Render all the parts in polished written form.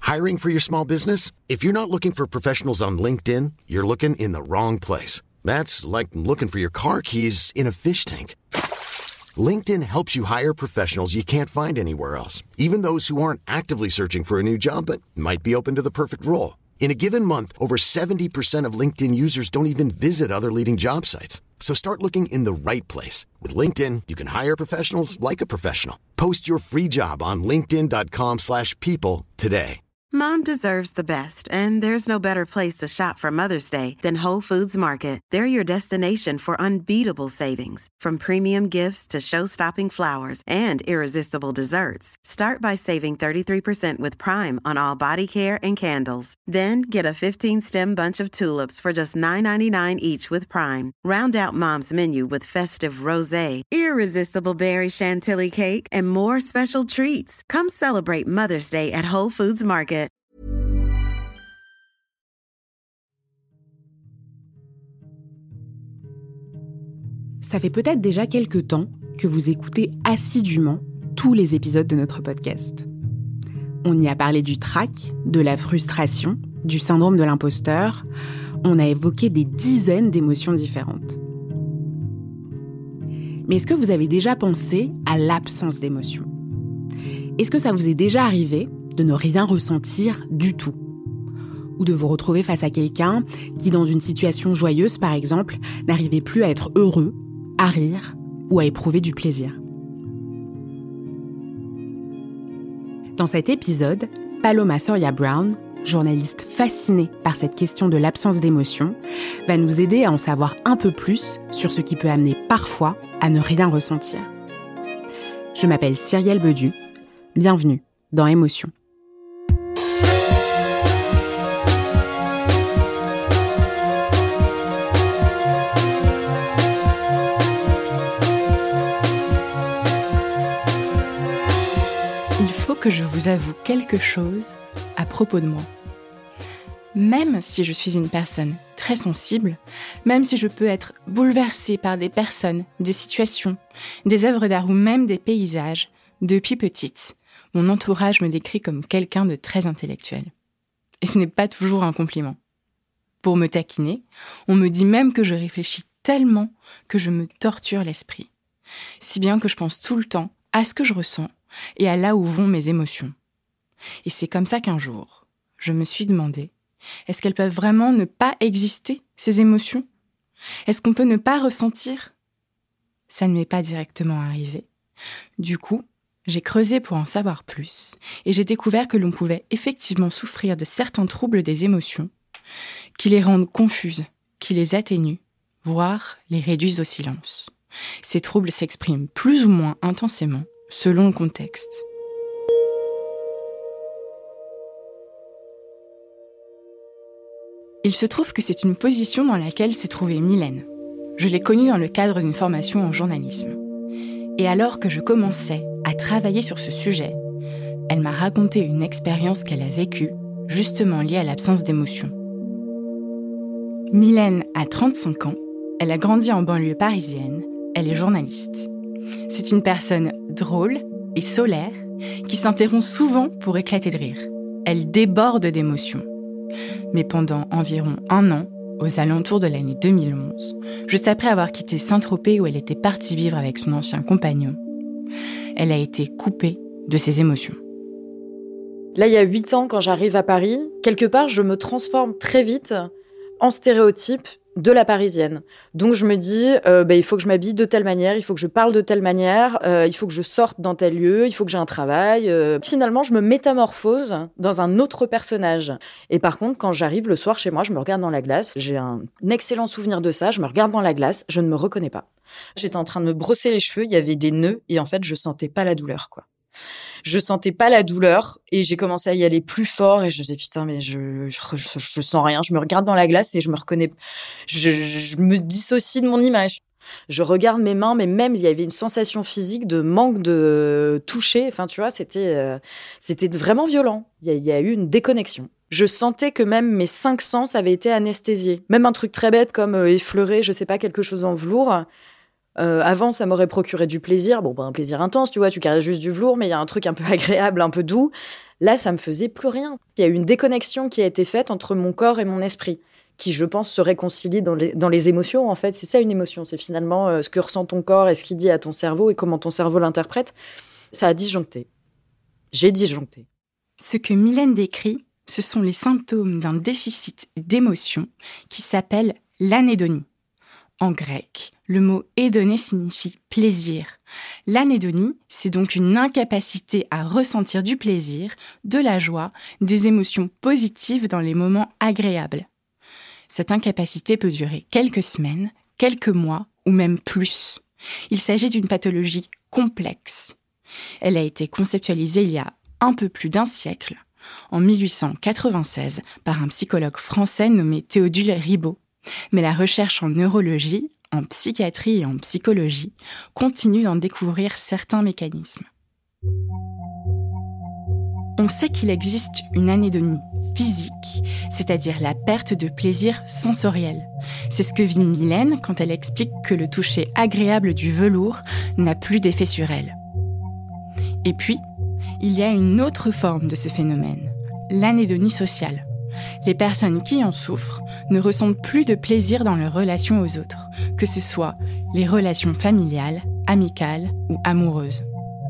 Hiring for your small business? If you're not looking for professionals on LinkedIn, you're looking in the wrong place. That's like looking for your car keys in a fish tank. LinkedIn helps you hire professionals you can't find anywhere else, even those who aren't actively searching for a new job but might be open to the perfect role. In a given month, over 70% of LinkedIn users don't even visit other leading job sites. So start looking in the right place. With LinkedIn, you can hire professionals like a professional. Post your free job on linkedin.com/people today. Mom deserves the best, and there's no better place to shop for Mother's Day than Whole Foods Market. They're your destination for unbeatable savings, from premium gifts to show-stopping flowers and irresistible desserts. Start by saving 33% with Prime on all body care and candles. Then get a 15-stem bunch of tulips for just $9.99 each with Prime. Round out Mom's menu with festive rosé, irresistible berry chantilly cake, and more special treats. Come celebrate Mother's Day at Whole Foods Market. Ça fait peut-être déjà quelques temps que vous écoutez assidûment tous les épisodes de notre podcast. On y a parlé du trac, de la frustration, du syndrome de l'imposteur. On a évoqué des dizaines d'émotions différentes. Mais est-ce que vous avez déjà pensé à l'absence d'émotion ? Est-ce que ça vous est déjà arrivé de ne rien ressentir du tout ? Ou de vous retrouver face à quelqu'un qui, dans une situation joyeuse par exemple, n'arrivait plus à être heureux, à rire ou à éprouver du plaisir. Dans cet épisode, Paloma Soria Brown, journaliste fascinée par cette question de l'absence d'émotion, va nous aider à en savoir un peu plus sur ce qui peut amener parfois à ne rien ressentir. Je m'appelle Cyrielle Bedu. Bienvenue dans Émotion. Que je vous avoue quelque chose à propos de moi. Même si je suis une personne très sensible, même si je peux être bouleversée par des personnes, des situations, des œuvres d'art ou même des paysages, depuis petite, mon entourage me décrit comme quelqu'un de très intellectuel. Et ce n'est pas toujours un compliment. Pour me taquiner, on me dit même que je réfléchis tellement que je me torture l'esprit. Si bien que je pense tout le temps à ce que je ressens et à là où vont mes émotions. Et c'est comme ça qu'un jour, je me suis demandé, est-ce qu'elles peuvent vraiment ne pas exister, ces émotions ? Est-ce qu'on peut ne pas ressentir ? Ça ne m'est pas directement arrivé. Du coup, j'ai creusé pour en savoir plus, et j'ai découvert que l'on pouvait effectivement souffrir de certains troubles des émotions, qui les rendent confuses, qui les atténuent, voire les réduisent au silence. Ces troubles s'expriment plus ou moins intensément, selon le contexte. Il se trouve que c'est une position dans laquelle s'est trouvée Mylène. Je l'ai connue dans le cadre d'une formation en journalisme. Et alors que je commençais à travailler sur ce sujet, elle m'a raconté une expérience qu'elle a vécue, justement liée à l'absence d'émotion. Mylène a 35 ans, elle a grandi en banlieue parisienne, elle est journaliste. C'est une personne drôle et solaire qui s'interrompt souvent pour éclater de rire. Elle déborde d'émotions. Mais pendant environ 1 an, aux alentours de l'année 2011, juste après avoir quitté Saint-Tropez où elle était partie vivre avec son ancien compagnon, elle a été coupée de ses émotions. Là, il y a 8 ans, quand j'arrive à Paris, quelque part, je me transforme très vite en stéréotype de la parisienne. Donc je me dis, il faut que je m'habille de telle manière, il faut que je parle de telle manière, il faut que je sorte dans tel lieu, il faut que j'ai un travail. Finalement, je me métamorphose dans un autre personnage. Et par contre, quand j'arrive le soir chez moi, je me regarde dans la glace. J'ai un excellent souvenir de ça. Je me regarde dans la glace, je ne me reconnais pas. J'étais en train de me brosser les cheveux, il y avait des nœuds et en fait, je sentais pas la douleur, quoi. Je sentais pas la douleur et j'ai commencé à y aller plus fort et je me disais putain mais je sens rien, je me regarde dans la glace et je me reconnais, je me dissocie de mon image. Je regarde mes mains, mais même il y avait une sensation physique de manque de toucher, enfin tu vois, c'était vraiment violent. Il y a eu une déconnexion. Je sentais que même mes 5 sens avaient été anesthésiés. Même un truc très bête comme effleurer, je sais pas, quelque chose en velours. Avant, ça m'aurait procuré du plaisir. Bon, un plaisir intense, tu vois, tu caresses juste du velours, mais il y a un truc un peu agréable, un peu doux. Là, ça me faisait plus rien. Il y a eu une déconnexion qui a été faite entre mon corps et mon esprit, qui, je pense, se réconcilie dans les émotions. En fait, c'est ça une émotion. C'est finalement ce que ressent ton corps et ce qu'il dit à ton cerveau et comment ton cerveau l'interprète. Ça a disjoncté. J'ai disjoncté. Ce que Mylène décrit, ce sont les symptômes d'un déficit d'émotion qui s'appelle l'anédonie. En grec, le mot hédoné signifie plaisir. L'anédonie, c'est donc une incapacité à ressentir du plaisir, de la joie, des émotions positives dans les moments agréables. Cette incapacité peut durer quelques semaines, quelques mois ou même plus. Il s'agit d'une pathologie complexe. Elle a été conceptualisée il y a un peu plus d'un siècle, en 1896, par un psychologue français nommé Théodule Ribot. Mais la recherche en neurologie, en psychiatrie et en psychologie continue d'en découvrir certains mécanismes. On sait qu'il existe une anédonie physique, c'est-à-dire la perte de plaisir sensoriel. C'est ce que vit Mylène quand elle explique que le toucher agréable du velours n'a plus d'effet sur elle. Et puis, il y a une autre forme de ce phénomène, l'anédonie sociale. Les personnes qui en souffrent ne ressentent plus de plaisir dans leurs relations aux autres, que ce soit les relations familiales, amicales ou amoureuses.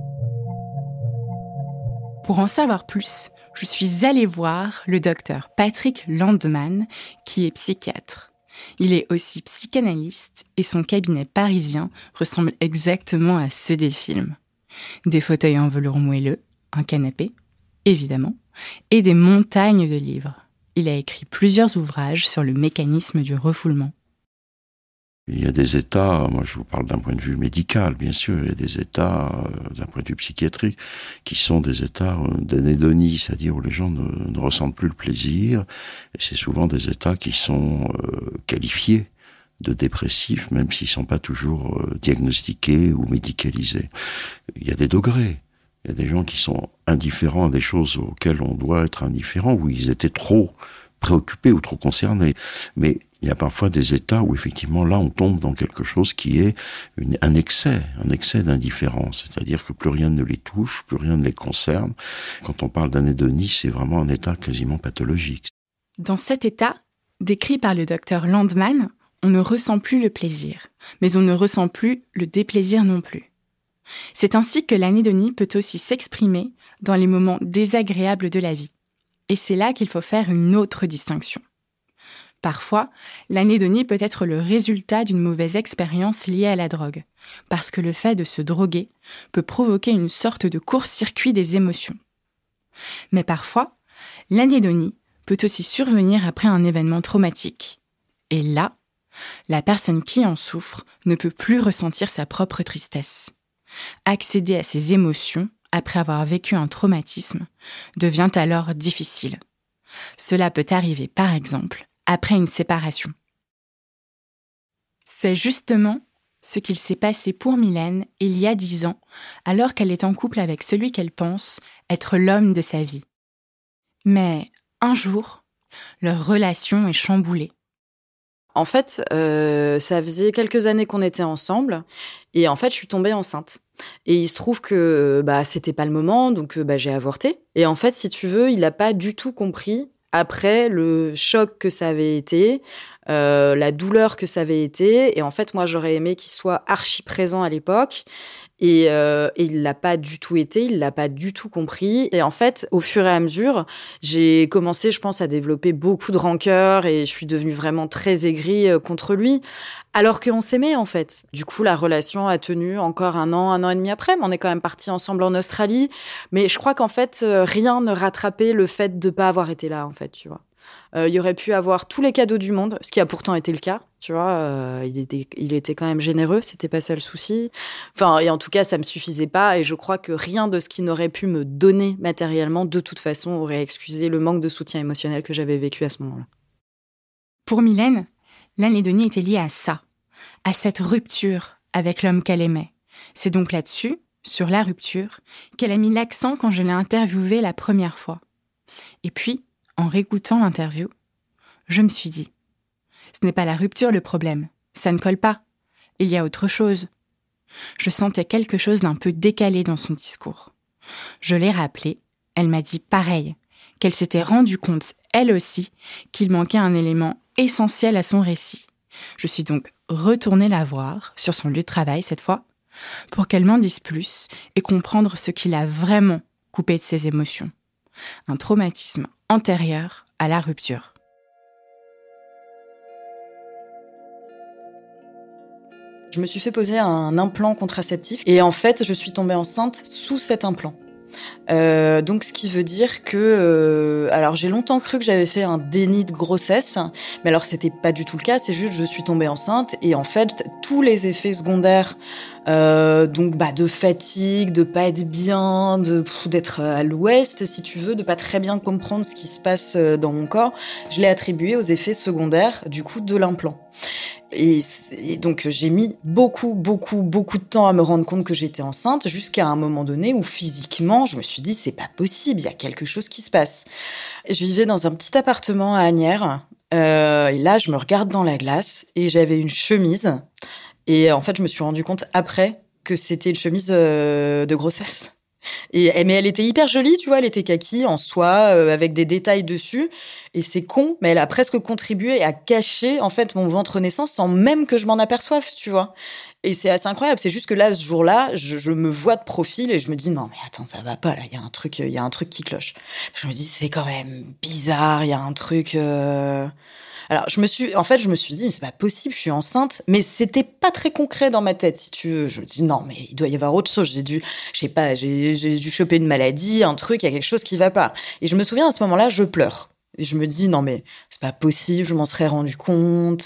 Pour en savoir plus, je suis allée voir le docteur Patrick Landman, qui est psychiatre. Il est aussi psychanalyste et son cabinet parisien ressemble exactement à ceux des films. Des fauteuils en velours moelleux, un canapé, évidemment, et des montagnes de livres. Il a écrit plusieurs ouvrages sur le mécanisme du refoulement. Il y a des états, moi je vous parle d'un point de vue médical, bien sûr, il y a des états d'un point de vue psychiatrique qui sont des états d'anédonie, c'est-à-dire où les gens ne ressentent plus le plaisir, et c'est souvent des états qui sont qualifiés de dépressifs, même s'ils ne sont pas toujours diagnostiqués ou médicalisés. Il y a des degrés. Il y a des gens qui sont indifférents à des choses auxquelles on doit être indifférent, où ils étaient trop préoccupés ou trop concernés. Mais il y a parfois des états où effectivement là on tombe dans quelque chose qui est un excès d'indifférence, c'est-à-dire que plus rien ne les touche, plus rien ne les concerne. Quand on parle d'anédonie, c'est vraiment un état quasiment pathologique. Dans cet état, décrit par le docteur Landman, on ne ressent plus le plaisir, mais on ne ressent plus le déplaisir non plus. C'est ainsi que l'anédonie peut aussi s'exprimer dans les moments désagréables de la vie. Et c'est là qu'il faut faire une autre distinction. Parfois, l'anédonie peut être le résultat d'une mauvaise expérience liée à la drogue, parce que le fait de se droguer peut provoquer une sorte de court-circuit des émotions. Mais parfois, l'anédonie peut aussi survenir après un événement traumatique. Et là, la personne qui en souffre ne peut plus ressentir sa propre tristesse. Accéder à ses émotions après avoir vécu un traumatisme devient alors difficile. Cela peut arriver, par exemple, après une séparation. C'est justement ce qu'il s'est passé pour Mylène il y a 10 ans, alors qu'elle est en couple avec celui qu'elle pense être l'homme de sa vie. Mais un jour, leur relation est chamboulée. En fait, ça faisait quelques années qu'on était ensemble et en fait, je suis tombée enceinte. Et il se trouve que c'était pas le moment, donc j'ai avorté. Et en fait, si tu veux, il a pas du tout compris après le choc que ça avait été, la douleur que ça avait été. Et en fait, moi, j'aurais aimé qu'il soit archi présent à l'époque. Et il l'a pas du tout été, il l'a pas du tout compris. Et en fait, au fur et à mesure, j'ai commencé, je pense, à développer beaucoup de rancœur et je suis devenue vraiment très aigrie contre lui, alors qu'on s'aimait en fait. Du coup, la relation a tenu encore un an et demi après, mais on est quand même partis ensemble en Australie. Mais je crois qu'en fait, rien ne rattrapait le fait de pas avoir été là, en fait, tu vois. Il y aurait pu avoir tous les cadeaux du monde, ce qui a pourtant été le cas, tu vois. Il était quand même généreux, c'était pas ça le souci. Enfin, et en tout cas, ça me suffisait pas. Et je crois que rien de ce qu'il n'aurait pu me donner matériellement, de toute façon, aurait excusé le manque de soutien émotionnel que j'avais vécu à ce moment-là. Pour Mylène, l'anédonie était liée à ça, à cette rupture avec l'homme qu'elle aimait. C'est donc là-dessus, sur la rupture, qu'elle a mis l'accent quand je l'ai interviewée la première fois. Et puis, en réécoutant l'interview, je me suis dit, ce n'est pas la rupture le problème, ça ne colle pas. Il y a autre chose, Je sentais quelque chose d'un peu décalé dans son discours. Je l'ai rappelée, elle m'a dit pareil, qu'elle s'était rendue compte, elle aussi, qu'il manquait un élément essentiel à son récit. Je suis donc retournée la voir, sur son lieu de travail cette fois, pour qu'elle m'en dise plus et comprendre ce qui l'a vraiment coupé de ses émotions. Un traumatisme antérieur à la rupture. Je me suis fait poser un implant contraceptif et en fait, je suis tombée enceinte sous cet implant. Donc, ce qui veut dire que... alors, j'ai longtemps cru que j'avais fait un déni de grossesse, mais alors, c'était pas du tout le cas, c'est juste je suis tombée enceinte et en fait, tous les effets secondaires, donc de fatigue, de pas être bien, d'être à l'ouest, si tu veux, de pas très bien comprendre ce qui se passe dans mon corps, je l'ai attribué aux effets secondaires, du coup, de l'implant. Et donc, j'ai mis beaucoup de temps à me rendre compte que j'étais enceinte, jusqu'à un moment donné où physiquement, je me suis dit, c'est pas possible, il y a quelque chose qui se passe. Je vivais dans un petit appartement à Asnières, et là, je me regarde dans la glace, et j'avais une chemise, et en fait, je me suis rendu compte après que c'était une chemise de grossesse. Mais elle était hyper jolie, tu vois, elle était kaki en soie, avec des détails dessus. Et c'est con, mais elle a presque contribué à cacher, en fait, mon ventre naissant sans même que je m'en aperçoive, tu vois. Et c'est assez incroyable. C'est juste que là, ce jour-là, je me vois de profil et je me dis, non, mais attends, ça va pas, là, il y a un truc qui cloche. Je me dis, c'est quand même bizarre, il y a un truc... Alors, je me suis dit, mais c'est pas possible, je suis enceinte. Mais c'était pas très concret dans ma tête, si tu veux. Je me dis, non, mais il doit y avoir autre chose. J'ai dû choper une maladie, un truc, il y a quelque chose qui va pas. Et je me souviens, à ce moment-là, je pleure. Et je me dis, non, mais c'est pas possible, je m'en serais rendu compte.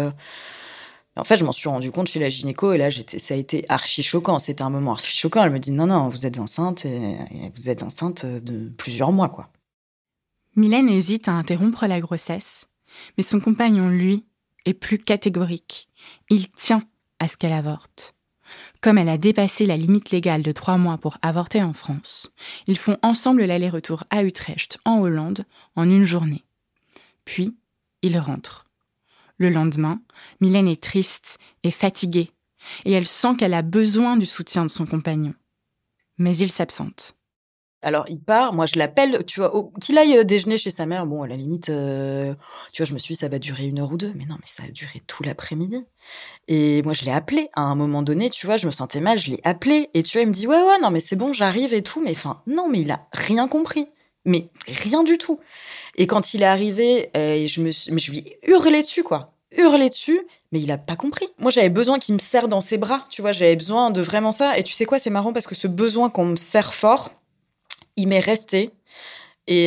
En fait, je m'en suis rendu compte chez la gynéco et là, ça a été archi choquant. C'était un moment archi choquant. Elle me dit, non, vous êtes enceinte et vous êtes enceinte de plusieurs mois, quoi. Mylène hésite à interrompre la grossesse. Mais son compagnon, lui, est plus catégorique. Il tient à ce qu'elle avorte. Comme elle a dépassé la limite légale de 3 mois pour avorter en France, ils font ensemble l'aller-retour à Utrecht, en Hollande, en une journée. Puis, ils rentrent. Le lendemain, Mylène est triste et fatiguée, et elle sent qu'elle a besoin du soutien de son compagnon. Mais il s'absente. Alors, il part, moi je l'appelle, tu vois, qu'il aille déjeuner chez sa mère. Bon, à la limite, tu vois, je me suis dit, ça va durer 1 heure ou 2. Mais non, mais ça a duré tout l'après-midi. Et moi, je l'ai appelé. À un moment donné, tu vois, je me sentais mal, je l'ai appelé. Et tu vois, il me dit, ouais, non, mais c'est bon, j'arrive et tout. Mais non, mais il a rien compris. Mais rien du tout. Et quand il est arrivé, je lui ai hurlé dessus, quoi. Mais il a pas compris. Moi, j'avais besoin qu'il me serre dans ses bras, tu vois, j'avais besoin de vraiment ça. Et tu sais quoi, c'est marrant parce que ce besoin qu'on me serre fort, il m'est resté et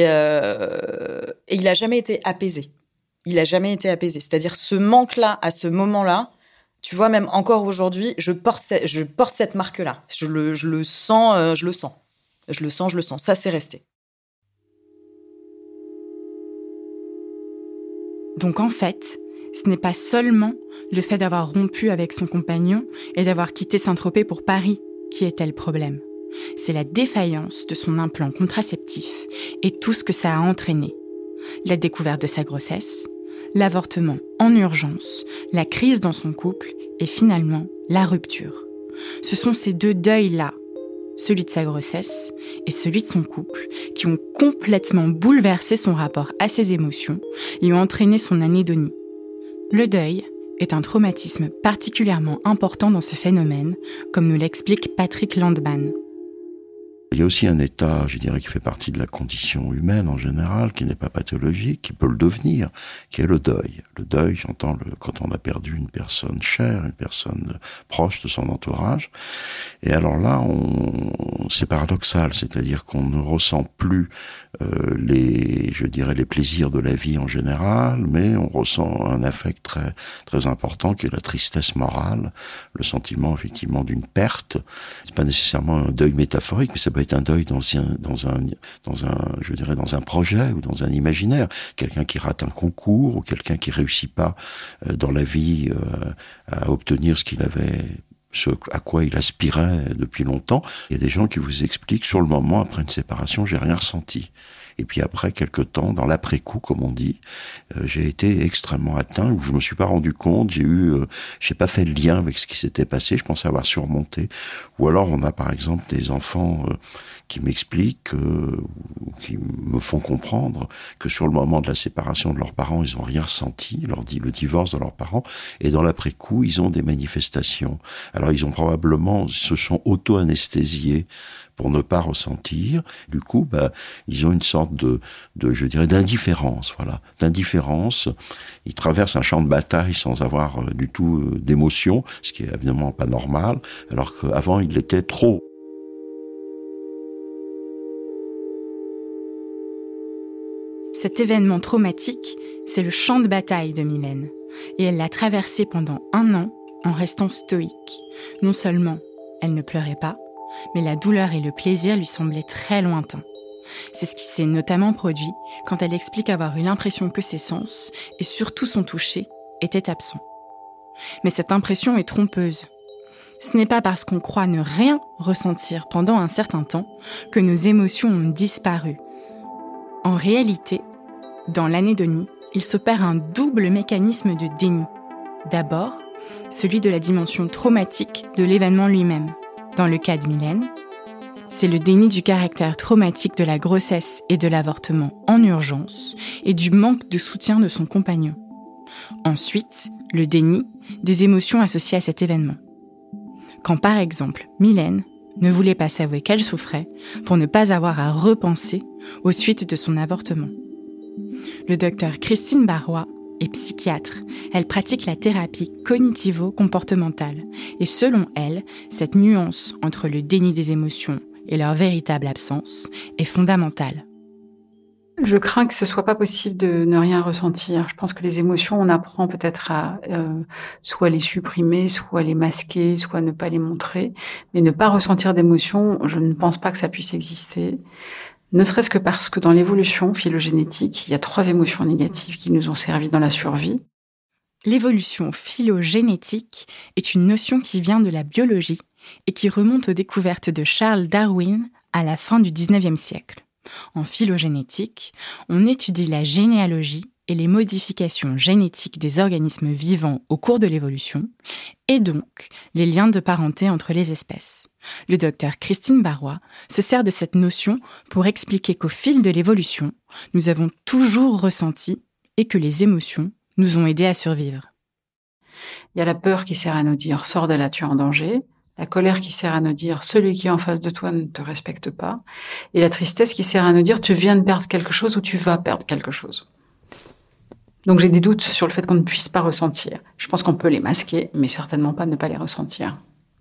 il a jamais été apaisé. C'est-à-dire ce manque-là, à ce moment-là, tu vois, même encore aujourd'hui, je porte cette marque-là. Je le sens. Ça, c'est resté. Donc en fait, ce n'est pas seulement le fait d'avoir rompu avec son compagnon et d'avoir quitté Saint-Tropez pour Paris qui était le problème. C'est la défaillance de son implant contraceptif et tout ce que ça a entraîné. La découverte de sa grossesse, l'avortement en urgence, la crise dans son couple et finalement la rupture. Ce sont ces 2 deuils-là, celui de sa grossesse et celui de son couple, qui ont complètement bouleversé son rapport à ses émotions et ont entraîné son anédonie. Le deuil est un traumatisme particulièrement important dans ce phénomène, comme nous l'explique Patrick Landman. Il y a aussi un état, je dirais, qui fait partie de la condition humaine en général, qui n'est pas pathologique, qui peut le devenir, qui est le deuil. Le deuil, j'entends quand on a perdu une personne chère, une personne proche de son entourage. Et alors là, c'est paradoxal, c'est-à-dire qu'on ne ressent plus les plaisirs de la vie en général, mais on ressent un affect très, très important qui est la tristesse morale, le sentiment effectivement d'une perte. C'est pas nécessairement un deuil métaphorique, mais ça peut être un deuil dans un projet ou dans un imaginaire. Quelqu'un qui rate un concours ou quelqu'un qui réussit pas dans la vie à obtenir ce à quoi il aspirait depuis longtemps. Il y a des gens qui vous expliquent, sur le moment, après une séparation, j'ai rien ressenti. Et puis après quelque temps, dans l'après-coup, comme on dit, j'ai été extrêmement atteint, où je me suis pas rendu compte, j'ai pas fait le lien avec ce qui s'était passé, je pensais avoir surmonté. Ou alors on a par exemple des enfants qui m'expliquent, qui me font comprendre que sur le moment de la séparation de leurs parents, ils ont rien ressenti, le divorce de leurs parents, et dans l'après-coup, ils ont des manifestations. Alors ils ont probablement, se sont auto-anesthésiés pour ne pas ressentir. Du coup, ils ont une sorte de je dirais, d'indifférence, voilà, d'indifférence. Ils traversent un champ de bataille sans avoir du tout d'émotion, ce qui est évidemment pas normal, alors qu'avant, il l'était trop. Cet événement traumatique, c'est le champ de bataille de Mylène. Et elle l'a traversé pendant 1 an en restant stoïque. Non seulement elle ne pleurait pas, mais la douleur et le plaisir lui semblaient très lointains. C'est ce qui s'est notamment produit quand elle explique avoir eu l'impression que ses sens, et surtout son toucher, étaient absents. Mais cette impression est trompeuse. Ce n'est pas parce qu'on croit ne rien ressentir pendant un certain temps que nos émotions ont disparu. En réalité, dans l'anédonie, il s'opère un double mécanisme de déni. D'abord, celui de la dimension traumatique de l'événement lui-même. Dans le cas de Mylène, c'est le déni du caractère traumatique de la grossesse et de l'avortement en urgence et du manque de soutien de son compagnon. Ensuite, le déni des émotions associées à cet événement. Quand par exemple, Mylène ne voulait pas s'avouer qu'elle souffrait pour ne pas avoir à repenser aux suites de son avortement. Le docteur Christine Barrois est psychiatre. Elle pratique la thérapie cognitivo-comportementale. Et selon elle, cette nuance entre le déni des émotions et leur véritable absence est fondamentale. Je crains que ce soit pas possible de ne rien ressentir. Je pense que les émotions, on apprend peut-être à soit les supprimer, soit les masquer, soit ne pas les montrer. Mais ne pas ressentir d'émotions, je ne pense pas que ça puisse exister. Ne serait-ce que parce que dans l'évolution phylogénétique, il y a 3 émotions négatives qui nous ont servi dans la survie. L'évolution phylogénétique est une notion qui vient de la biologie et qui remonte aux découvertes de Charles Darwin à la fin du XIXe siècle. En phylogénétique, on étudie la généalogie et les modifications génétiques des organismes vivants au cours de l'évolution, et donc les liens de parenté entre les espèces. Le docteur Christine Barrois se sert de cette notion pour expliquer qu'au fil de l'évolution, nous avons toujours ressenti et que les émotions nous ont aidés à survivre. Il y a la peur qui sert à nous dire « sors de là, tu es en danger ». La colère qui sert à nous dire « celui qui est en face de toi ne te respecte pas ». Et la tristesse qui sert à nous dire « tu viens de perdre quelque chose ou tu vas perdre quelque chose ». Donc j'ai des doutes sur le fait qu'on ne puisse pas ressentir. Je pense qu'on peut les masquer, mais certainement pas ne pas les ressentir.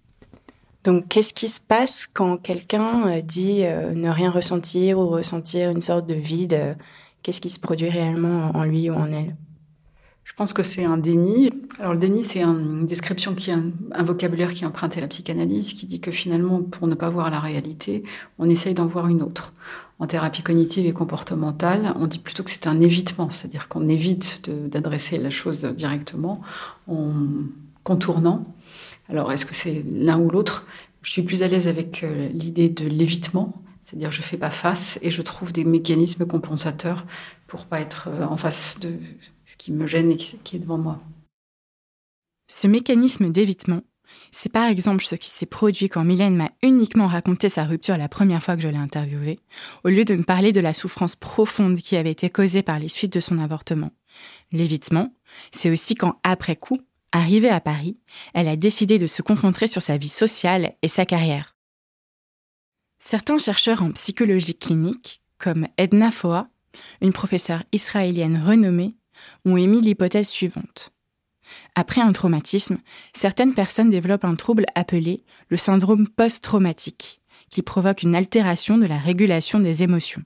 Donc qu'est-ce qui se passe quand quelqu'un dit ne rien ressentir ou ressentir une sorte de vide ? Qu'est-ce qui se produit réellement en lui ou en elle ? Je pense que c'est un déni. Alors le déni, c'est une description un vocabulaire qui est emprunté à la psychanalyse, qui dit que finalement, pour ne pas voir la réalité, on essaye d'en voir une autre. En thérapie cognitive et comportementale, on dit plutôt que c'est un évitement, c'est-à-dire qu'on évite d'adresser la chose directement en contournant. Alors est-ce que c'est l'un ou l'autre ? Je suis plus à l'aise avec l'idée de l'évitement, c'est-à-dire je fais pas face et je trouve des mécanismes compensateurs pour pas être en face de ce qui me gêne et qui est devant moi. Ce mécanisme d'évitement, c'est par exemple ce qui s'est produit quand Mylène m'a uniquement raconté sa rupture la première fois que je l'ai interviewée, au lieu de me parler de la souffrance profonde qui avait été causée par les suites de son avortement. L'évitement, c'est aussi quand, après coup, arrivée à Paris, elle a décidé de se concentrer sur sa vie sociale et sa carrière. Certains chercheurs en psychologie clinique, comme Edna Foa, une professeure israélienne renommée, ont émis l'hypothèse suivante. Après un traumatisme, certaines personnes développent un trouble appelé le syndrome post-traumatique, qui provoque une altération de la régulation des émotions.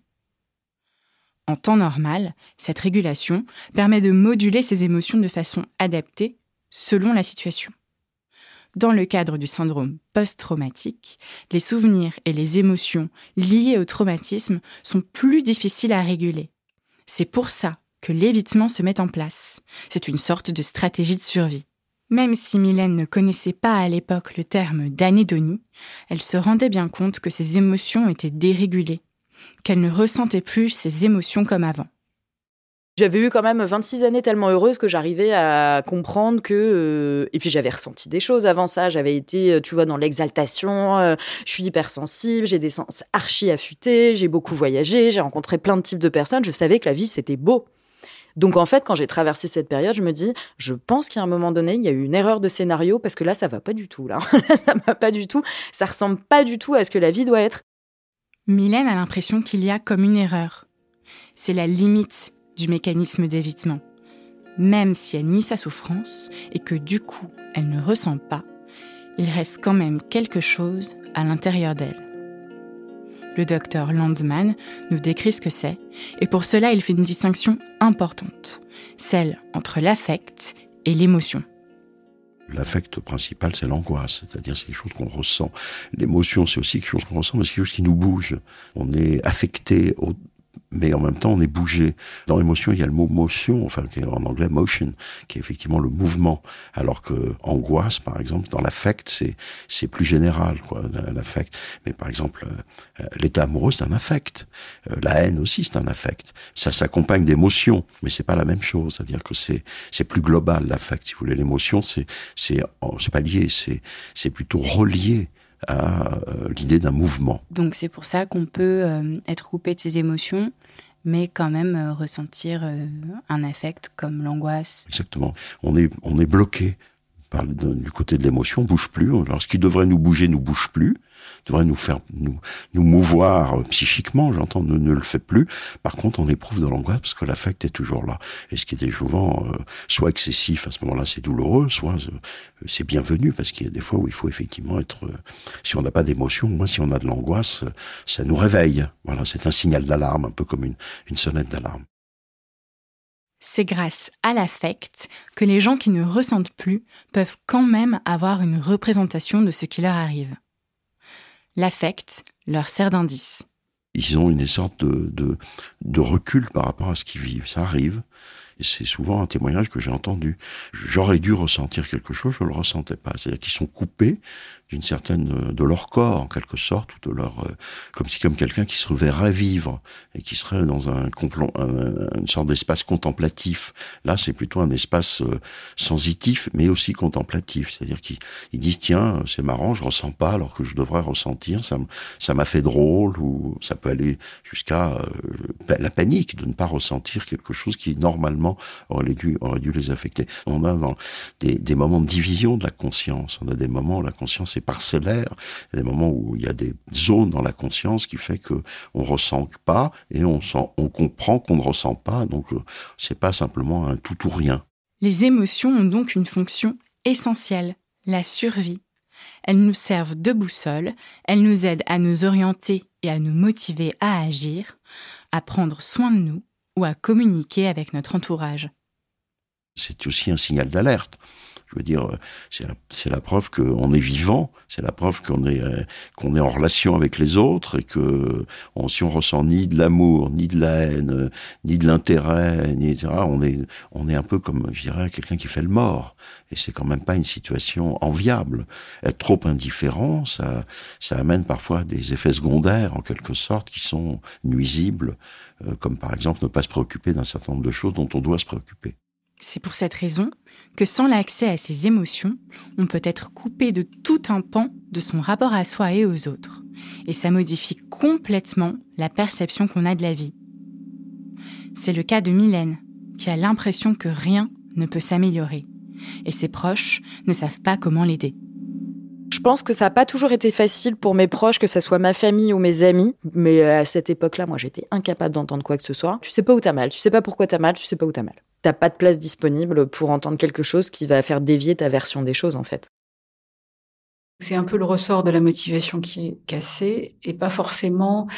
En temps normal, cette régulation permet de moduler ces émotions de façon adaptée selon la situation. Dans le cadre du syndrome post-traumatique, les souvenirs et les émotions liées au traumatisme sont plus difficiles à réguler. C'est pour ça que l'évitement se met en place. C'est une sorte de stratégie de survie. Même si Mylène ne connaissait pas à l'époque le terme d'anédonie, elle se rendait bien compte que ses émotions étaient dérégulées. qu'elle ne ressentait plus ses émotions comme avant. J'avais eu quand même 26 années tellement heureuses que j'arrivais à comprendre que... Et puis j'avais ressenti des choses avant ça. J'avais été, tu vois, dans l'exaltation. Je suis hypersensible, j'ai des sens archi affûtés, j'ai beaucoup voyagé, j'ai rencontré plein de types de personnes. Je savais que la vie, c'était beau. Donc en fait, quand j'ai traversé cette période, je me dis, je pense qu'à un moment donné, il y a eu une erreur de scénario parce que là, ça va pas du tout. Là, ça va pas du tout. Ça ressemble pas du tout à ce que la vie doit être. Mylène a l'impression qu'il y a comme une erreur. C'est la limite du mécanisme d'évitement. Même si elle nie sa souffrance et que du coup, elle ne ressent pas, il reste quand même quelque chose à l'intérieur d'elle. Le docteur Landman nous décrit ce que c'est, et pour cela, il fait une distinction importante, celle entre l'affect et l'émotion. L'affect principal, c'est l'angoisse, c'est-à-dire c'est quelque chose qu'on ressent. L'émotion, c'est aussi quelque chose qu'on ressent, mais c'est quelque chose qui nous bouge. On est affecté mais en même temps, on est bougé. Dans l'émotion, il y a le mot motion, enfin, qui est en anglais motion, qui est effectivement le mouvement. Alors que angoisse, par exemple, dans l'affect, c'est plus général, quoi, l'affect. Mais par exemple, l'état amoureux, c'est un affect. La haine aussi, c'est un affect. Ça s'accompagne d'émotions, mais c'est pas la même chose. C'est-à-dire que c'est plus global, l'affect, si vous voulez. L'émotion, c'est pas lié, c'est plutôt relié à l'idée d'un mouvement. Donc c'est pour ça qu'on peut être coupé de ses émotions, mais quand même ressentir un affect comme l'angoisse. Exactement. On est bloqué du côté de l'émotion, on bouge plus. Alors ce qui devrait nous bouger nous bouge plus, devrait nous faire nous mouvoir psychiquement, j'entends, ne le fait plus. Par contre, on éprouve de l'angoisse parce que l'affect est toujours là. Et ce qui est souvent soit excessif, à ce moment-là c'est douloureux, soit c'est bienvenu, parce qu'il y a des fois où il faut effectivement être... si on n'a pas d'émotion, moi si on a de l'angoisse, ça nous réveille. Voilà, c'est un signal d'alarme, un peu comme une sonnette d'alarme. C'est grâce à l'affect que les gens qui ne ressentent plus peuvent quand même avoir une représentation de ce qui leur arrive. L'affect leur sert d'indice. Ils ont une sorte de recul par rapport à ce qu'ils vivent. Ça arrive. Et c'est souvent un témoignage que j'ai entendu. J'aurais dû ressentir quelque chose, je le ressentais pas. C'est-à-dire qu'ils sont coupés de leur corps, en quelque sorte, ou de leur, comme quelqu'un qui se verrait vivre, et qui serait dans une sorte d'espace contemplatif. Là, c'est plutôt un espace sensitif, mais aussi contemplatif. C'est-à-dire qu'ils disent, tiens, c'est marrant, je ressens pas, alors que je devrais ressentir, ça m'a fait drôle, ou ça peut aller jusqu'à la panique de ne pas ressentir quelque chose qui, normalement, aurait dû les affecter. On a des moments de division de la conscience. On a des moments où la conscience est parcellaire. Il y a des moments où il y a des zones dans la conscience qui fait que on ressent pas et on comprend qu'on ne ressent pas. Donc, c'est pas simplement un tout ou rien. Les émotions ont donc une fonction essentielle, la survie. Elles nous servent de boussole, elles nous aident à nous orienter et à nous motiver à agir, à prendre soin de nous, ou à communiquer avec notre entourage. C'est aussi un signal d'alerte. Je veux dire, c'est la preuve qu'on est vivant, c'est la preuve qu'on est en relation avec les autres et que si on ressent ni de l'amour, ni de la haine, ni de l'intérêt, etc., on est un peu comme, je dirais, quelqu'un qui fait le mort. Et c'est quand même pas une situation enviable. Être trop indifférent, ça amène parfois des effets secondaires, en quelque sorte, qui sont nuisibles, comme par exemple ne pas se préoccuper d'un certain nombre de choses dont on doit se préoccuper. C'est pour cette raison que sans l'accès à ses émotions, on peut être coupé de tout un pan de son rapport à soi et aux autres. Et ça modifie complètement la perception qu'on a de la vie. C'est le cas de Mylène, qui a l'impression que rien ne peut s'améliorer. Et ses proches ne savent pas comment l'aider. Je pense que ça n'a pas toujours été facile pour mes proches, que ça soit ma famille ou mes amis. Mais à cette époque-là, moi, j'étais incapable d'entendre quoi que ce soit. Tu sais pas où t'as mal, tu sais pas pourquoi t'as mal, tu sais pas où t'as mal. T'as pas de place disponible pour entendre quelque chose qui va faire dévier ta version des choses, en fait. C'est un peu le ressort de la motivation qui est cassé et pas forcément,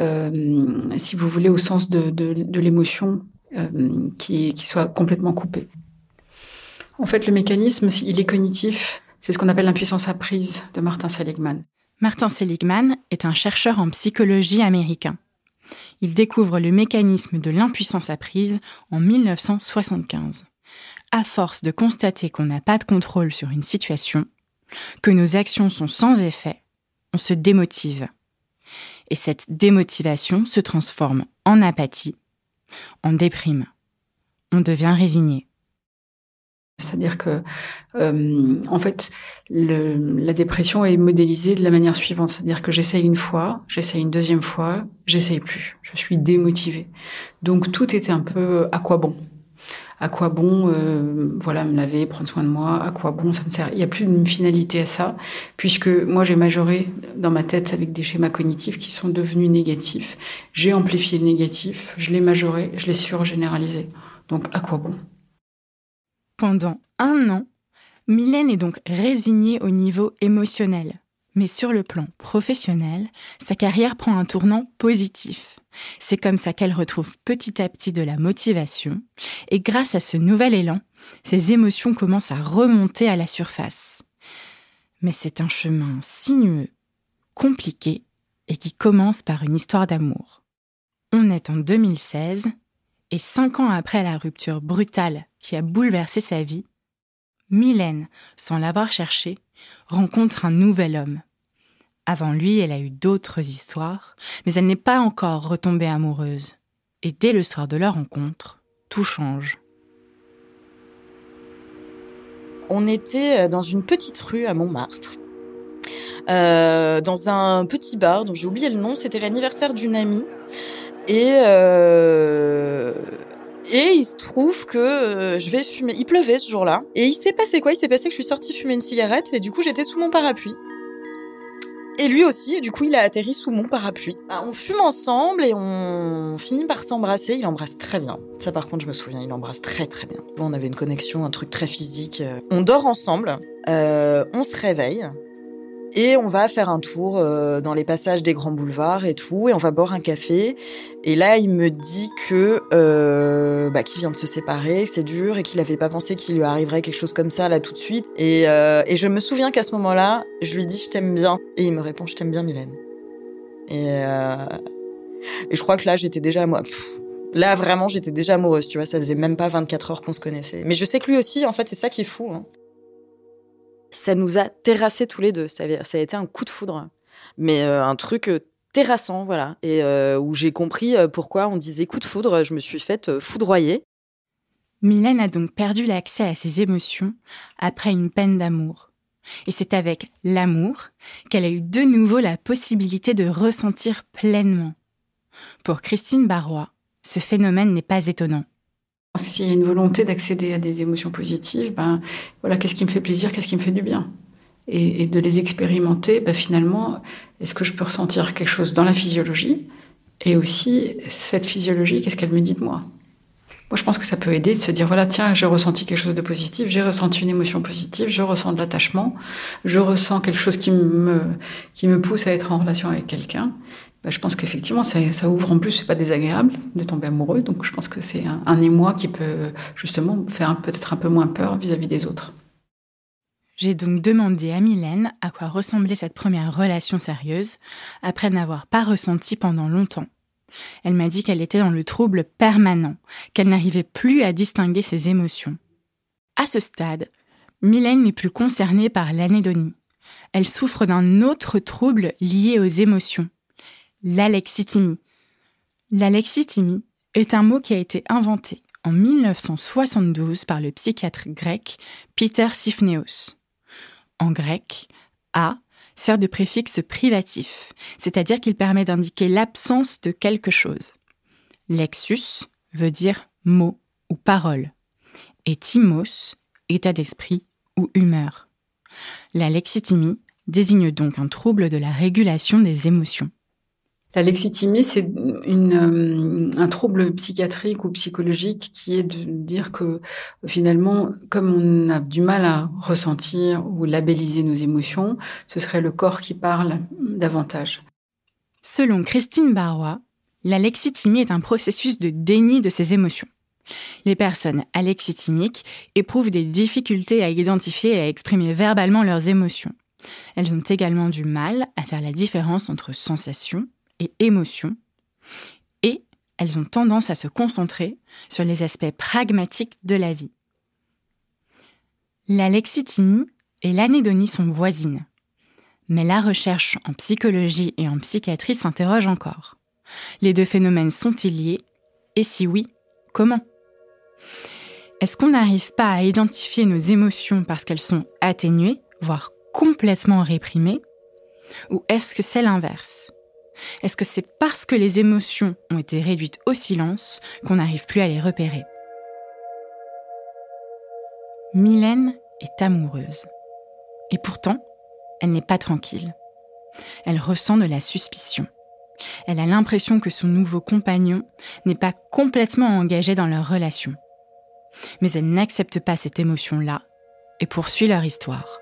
si vous voulez, au sens de l'émotion qui soit complètement coupée. En fait, le mécanisme, il est cognitif. C'est ce qu'on appelle l'impuissance apprise de Martin Seligman. Martin Seligman est un chercheur en psychologie américain. Il découvre le mécanisme de l'impuissance apprise en 1975. À force de constater qu'on n'a pas de contrôle sur une situation, que nos actions sont sans effet, on se démotive. Et cette démotivation se transforme en apathie, en déprime. On devient résigné. C'est-à-dire que, en fait, la dépression est modélisée de la manière suivante. C'est-à-dire que j'essaye une fois, j'essaye une deuxième fois, j'essaye plus. Je suis démotivée. Donc, tout était un peu à quoi bon ? À quoi bon, me laver, prendre soin de moi ? À quoi bon, ça ne sert ? Il n'y a plus une finalité à ça, puisque moi, j'ai majoré dans ma tête avec des schémas cognitifs qui sont devenus négatifs. J'ai amplifié le négatif, je l'ai majoré, je l'ai surgénéralisé. Donc, à quoi bon ? Pendant 1 an, Mylène est donc résignée au niveau émotionnel. Mais sur le plan professionnel, sa carrière prend un tournant positif. C'est comme ça qu'elle retrouve petit à petit de la motivation. Et grâce à ce nouvel élan, ses émotions commencent à remonter à la surface. Mais c'est un chemin sinueux, compliqué, et qui commence par une histoire d'amour. On est en 2016, et 5 ans après la rupture brutale qui a bouleversé sa vie, Mylène, sans l'avoir cherché, rencontre un nouvel homme. Avant lui, elle a eu d'autres histoires, mais elle n'est pas encore retombée amoureuse. Et dès le soir de leur rencontre, tout change. On était dans une petite rue à Montmartre, dans un petit bar dont j'ai oublié le nom. C'était l'anniversaire d'une amie. Et il se trouve que je vais fumer. Il pleuvait ce jour-là. Et il s'est passé quoi ? Il s'est passé que je suis sortie fumer une cigarette et du coup j'étais sous mon parapluie. Et lui aussi, et du coup il a atterri sous mon parapluie. On fume ensemble et on finit par s'embrasser. Il embrasse très bien. Ça par contre je me souviens, il embrasse très très bien. On avait une connexion, un truc très physique. On dort ensemble, on se réveille. Et on va faire un tour dans les passages des grands boulevards et tout, et on va boire un café. Et là, il me dit que qu'il vient de se séparer, que c'est dur, et qu'il n'avait pas pensé qu'il lui arriverait quelque chose comme ça là tout de suite. Et je me souviens qu'à ce moment-là, je lui dis je t'aime bien, et il me répond je t'aime bien, Mylène. Et je crois que là, j'étais déjà là vraiment, j'étais déjà amoureuse. Tu vois, ça faisait même pas 24 heures qu'on se connaissait. Mais je sais que lui aussi, en fait, c'est ça qui est fou. Hein. Ça nous a terrassés tous les deux. Ça a été un coup de foudre. Mais un truc terrassant, voilà. Et où j'ai compris pourquoi on disait coup de foudre. Je me suis faite foudroyer. Mylène a donc perdu l'accès à ses émotions après une peine d'amour. Et c'est avec l'amour qu'elle a eu de nouveau la possibilité de ressentir pleinement. Pour Christine Barrois, ce phénomène n'est pas étonnant. S'il y a une volonté d'accéder à des émotions positives, qu'est-ce qui me fait plaisir, qu'est-ce qui me fait du bien ? Et de les expérimenter, finalement, est-ce que je peux ressentir quelque chose dans la physiologie ? Et aussi, cette physiologie, qu'est-ce qu'elle me dit de moi ? Moi, je pense que ça peut aider de se dire, voilà, tiens, j'ai ressenti quelque chose de positif, j'ai ressenti une émotion positive, je ressens de l'attachement, je ressens quelque chose qui me pousse à être en relation avec quelqu'un. Je pense qu'effectivement, ça ouvre. En plus, c'est pas désagréable de tomber amoureux. Donc, je pense que c'est un émoi qui peut justement faire peut-être un peu moins peur vis-à-vis des autres. J'ai donc demandé à Mylène à quoi ressemblait cette première relation sérieuse, après n'avoir pas ressenti pendant longtemps. Elle m'a dit qu'elle était dans le trouble permanent, qu'elle n'arrivait plus à distinguer ses émotions. À ce stade, Mylène n'est plus concernée par l'anédonie. Elle souffre d'un autre trouble lié aux émotions. L'alexithymie. L'alexithymie est un mot qui a été inventé en 1972 par le psychiatre grec Peter Sifneos. En grec, a sert de préfixe privatif, c'est-à-dire qu'il permet d'indiquer l'absence de quelque chose. Lexus veut dire mot ou parole, et thymos, état d'esprit ou humeur. L'alexithymie désigne donc un trouble de la régulation des émotions. L'alexithymie, c'est un trouble psychiatrique ou psychologique qui est de dire que finalement, comme on a du mal à ressentir ou labelliser nos émotions, ce serait le corps qui parle davantage. Selon Christine Barrois, l'alexithymie est un processus de déni de ses émotions. Les personnes alexithymiques éprouvent des difficultés à identifier et à exprimer verbalement leurs émotions. Elles ont également du mal à faire la différence entre sensations et émotions, et elles ont tendance à se concentrer sur les aspects pragmatiques de la vie. L'alexithymie et l'anédonie sont voisines. Mais la recherche en psychologie et en psychiatrie s'interroge encore. Les deux phénomènes sont-ils liés ? Et si oui, comment ? Est-ce qu'on n'arrive pas à identifier nos émotions parce qu'elles sont atténuées, voire complètement réprimées ? Ou est-ce que c'est l'inverse ? Est-ce que c'est parce que les émotions ont été réduites au silence qu'on n'arrive plus à les repérer ? Mylène est amoureuse. Et pourtant, elle n'est pas tranquille. Elle ressent de la suspicion. Elle a l'impression que son nouveau compagnon n'est pas complètement engagé dans leur relation. Mais elle n'accepte pas cette émotion-là et poursuit leur histoire.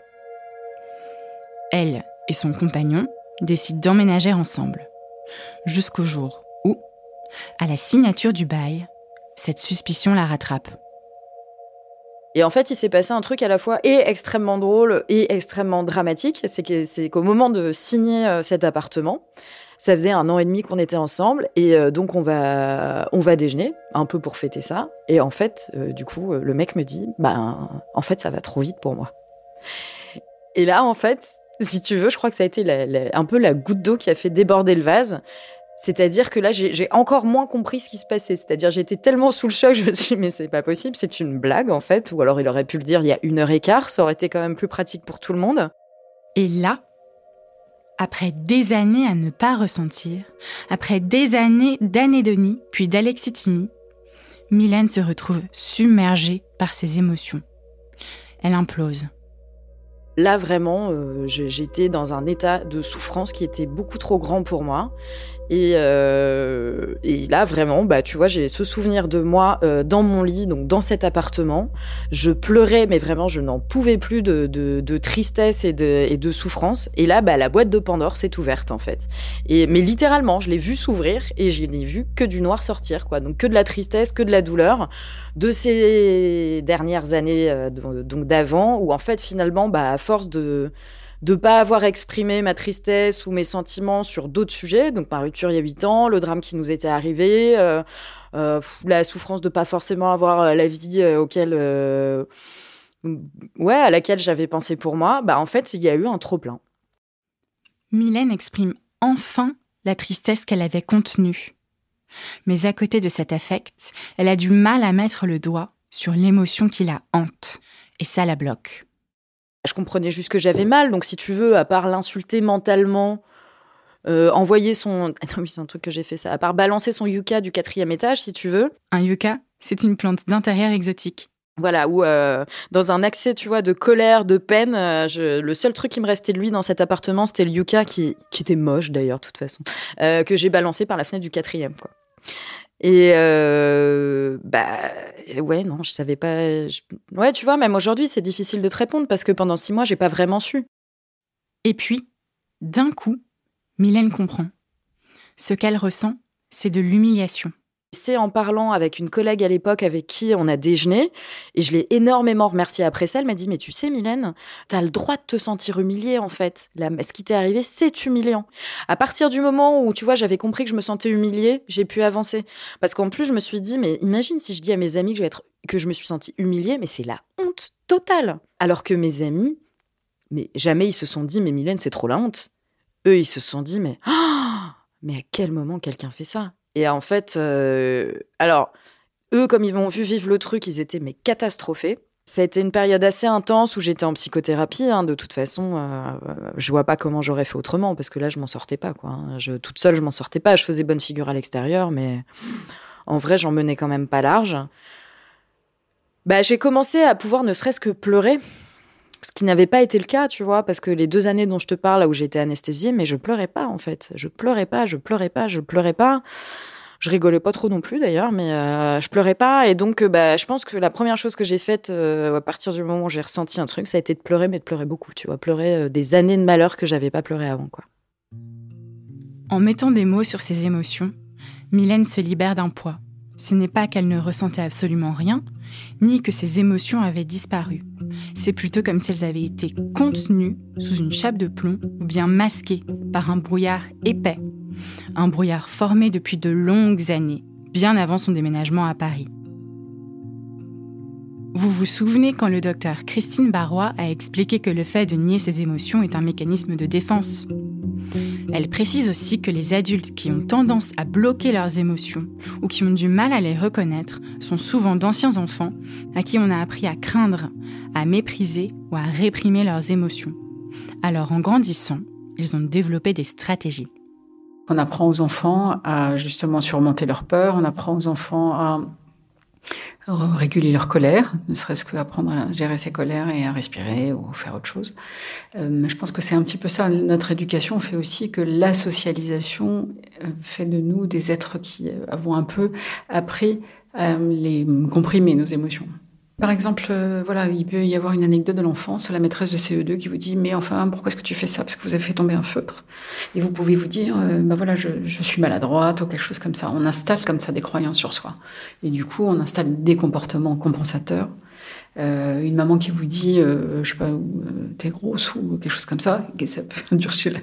Elle et son compagnon décident d'emménager ensemble. Jusqu'au jour où, à la signature du bail, cette suspicion la rattrape. Et en fait, il s'est passé un truc à la fois et extrêmement drôle et extrêmement dramatique. C'est qu'au moment de signer cet appartement, ça faisait 1 an et demi qu'on était ensemble. Et donc, on va déjeuner, un peu pour fêter ça. Et en fait, du coup, le mec me dit, en fait, ça va trop vite pour moi. Et là, en fait, si tu veux, je crois que ça a été un peu la goutte d'eau qui a fait déborder le vase. C'est-à-dire que là, j'ai encore moins compris ce qui se passait. C'est-à-dire, j'étais tellement sous le choc, je me suis dit, mais c'est pas possible, c'est une blague, en fait. Ou alors, il aurait pu le dire il y a 1h15, ça aurait été quand même plus pratique pour tout le monde. Et là, après des années à ne pas ressentir, après des années d'anédonie, puis d'alexithymie, Mylène se retrouve submergée par ses émotions. Elle implose. Là, vraiment, j'étais dans un état de souffrance qui était beaucoup trop grand pour moi. Et là, vraiment, tu vois, j'ai ce souvenir de moi dans mon lit, donc dans cet appartement. Je pleurais, mais vraiment, je n'en pouvais plus de tristesse et de souffrance. Et là, la boîte de Pandore s'est ouverte, en fait. Mais littéralement, je l'ai vue s'ouvrir et je n'ai vu que du noir sortir, quoi. Donc, que de la tristesse, que de la douleur de ces dernières années, donc d'avant, où en fait, finalement, à force de pas avoir exprimé ma tristesse ou mes sentiments sur d'autres sujets, donc ma rupture il y a 8 ans, le drame qui nous était arrivé, la souffrance de pas forcément avoir la vie à laquelle j'avais pensé pour moi, en fait, il y a eu un trop-plein. Mylène exprime enfin la tristesse qu'elle avait contenue. Mais à côté de cet affect, elle a du mal à mettre le doigt sur l'émotion qui la hante, et ça la bloque. Je comprenais juste que j'avais mal, donc si tu veux, à part l'insulter mentalement, envoyer son... Non, mais c'est un truc que j'ai fait ça. À part balancer son yucca du 4e étage, si tu veux. Un yucca, c'est une plante d'intérieur exotique. Voilà, où dans un accès, tu vois, de colère, de peine, le seul truc qui me restait de lui dans cet appartement, c'était le yucca, qui était moche d'ailleurs, de toute façon, que j'ai balancé par la fenêtre du 4e, quoi. Et ouais, non, je savais pas. Ouais, tu vois, même aujourd'hui, c'est difficile de te répondre parce que pendant 6 mois, j'ai pas vraiment su. Et puis, d'un coup, Mylène comprend. Ce qu'elle ressent, c'est de l'humiliation. C'est en parlant avec une collègue à l'époque avec qui on a déjeuné, et je l'ai énormément remerciée après ça. Elle m'a dit, mais tu sais, Mylène, t'as le droit de te sentir humiliée, en fait. Ce qui t'est arrivé, c'est humiliant. À partir du moment où, tu vois, j'avais compris que je me sentais humiliée, j'ai pu avancer. Parce qu'en plus, je me suis dit, mais imagine si je dis à mes amis que je me suis sentie humiliée, mais c'est la honte totale. Alors que mes amis, mais jamais ils se sont dit, mais Mylène, c'est trop la honte. Eux, ils se sont dit, mais à quel moment quelqu'un fait ça ? Et en fait, alors, eux, comme ils m'ont vu vivre le truc, ils étaient catastrophés. Ça a été une période assez intense où j'étais en psychothérapie. De toute façon, je vois pas comment j'aurais fait autrement, parce que là, je m'en sortais pas, quoi. Toute seule, je m'en sortais pas. Je faisais bonne figure à l'extérieur, mais en vrai, j'en menais quand même pas large. J'ai commencé à pouvoir ne serait-ce que pleurer. Ce qui n'avait pas été le cas, tu vois, parce que les 2 années dont je te parle, là où j'étais anesthésiée, mais je pleurais pas, en fait. Je pleurais pas. Je rigolais pas trop non plus, d'ailleurs, mais je pleurais pas. Et donc, je pense que la première chose que j'ai faite, à partir du moment où j'ai ressenti un truc, ça a été de pleurer, mais de pleurer beaucoup, tu vois. Pleurer des années de malheur que j'avais pas pleuré avant, quoi. En mettant des mots sur ses émotions, Mylène se libère d'un poids. Ce n'est pas qu'elle ne ressentait absolument rien, ni que ses émotions avaient disparu. C'est plutôt comme si elles avaient été contenues sous une chape de plomb ou bien masquées par un brouillard épais. Un brouillard formé depuis de longues années, bien avant son déménagement à Paris. Vous vous souvenez quand le docteur Christine Barrois a expliqué que le fait de nier ses émotions est un mécanisme de défense. Elle précise aussi que les adultes qui ont tendance à bloquer leurs émotions ou qui ont du mal à les reconnaître sont souvent d'anciens enfants à qui on a appris à craindre, à mépriser ou à réprimer leurs émotions. Alors en grandissant, ils ont développé des stratégies. On apprend aux enfants à justement surmonter leur peur, on apprend aux enfants à réguler leur colère, ne serait-ce qu'apprendre à gérer ses colères et à respirer ou faire autre chose. Je pense que c'est un petit peu ça. Notre éducation fait aussi que la socialisation fait de nous des êtres qui avons un peu appris à les comprimer, nos émotions. Par exemple, il peut y avoir une anecdote de l'enfance, la maîtresse de CE2 qui vous dit « Mais enfin, pourquoi est-ce que tu fais ça ? Parce que vous avez fait tomber un feutre. » Et vous pouvez vous dire je suis maladroite ou quelque chose comme ça. On installe comme ça des croyances sur soi. Et du coup, on installe des comportements compensateurs. Une maman qui vous dit t'es grosse ou quelque chose comme ça, et ça peut endurcir